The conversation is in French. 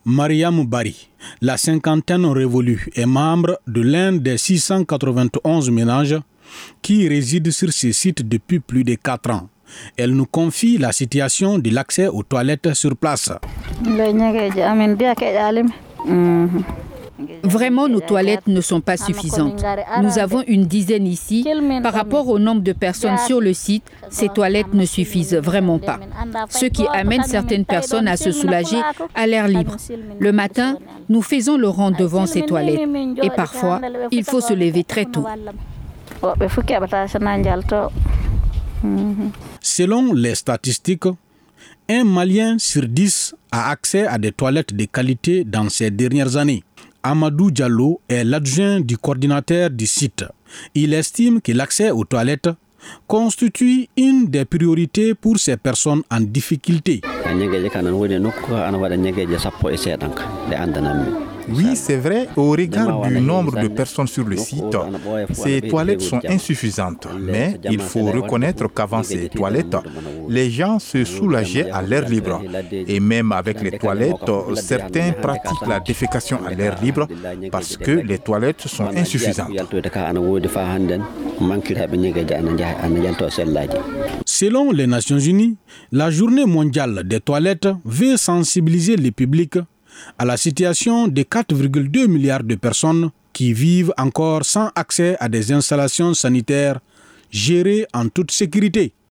Mariam Bari, la cinquantaine révolue, est membre de l'un des 691 ménages qui résident sur ces sites depuis plus de 4 ans. Elle nous confie la situation de l'accès aux toilettes sur place. Vraiment, nos toilettes ne sont pas suffisantes. Nous avons une dizaine ici. Par rapport au nombre de personnes sur le site, ces toilettes ne suffisent vraiment pas. Ce qui amène certaines personnes à se soulager à l'air libre. Le matin, nous faisons le rang devant ces toilettes. Et parfois, il faut se lever très tôt. Selon les statistiques, un Malien sur 10 a accès à des toilettes de qualité dans ces dernières années. Amadou Diallo est l'adjoint du coordinateur du site. Il estime que l'accès aux toilettes constitue une des priorités pour ces personnes en difficulté. Oui, c'est vrai, au regard du nombre de personnes sur le site, ces toilettes sont insuffisantes. Mais il faut reconnaître qu'avant ces toilettes, les gens se soulageaient à l'air libre. Et même avec les toilettes, certains pratiquent la défécation à l'air libre parce que les toilettes sont insuffisantes. Selon les Nations Unies, la Journée mondiale des toilettes veut sensibiliser le public à la situation de 4,2 milliards de personnes qui vivent encore sans accès à des installations sanitaires gérées en toute sécurité.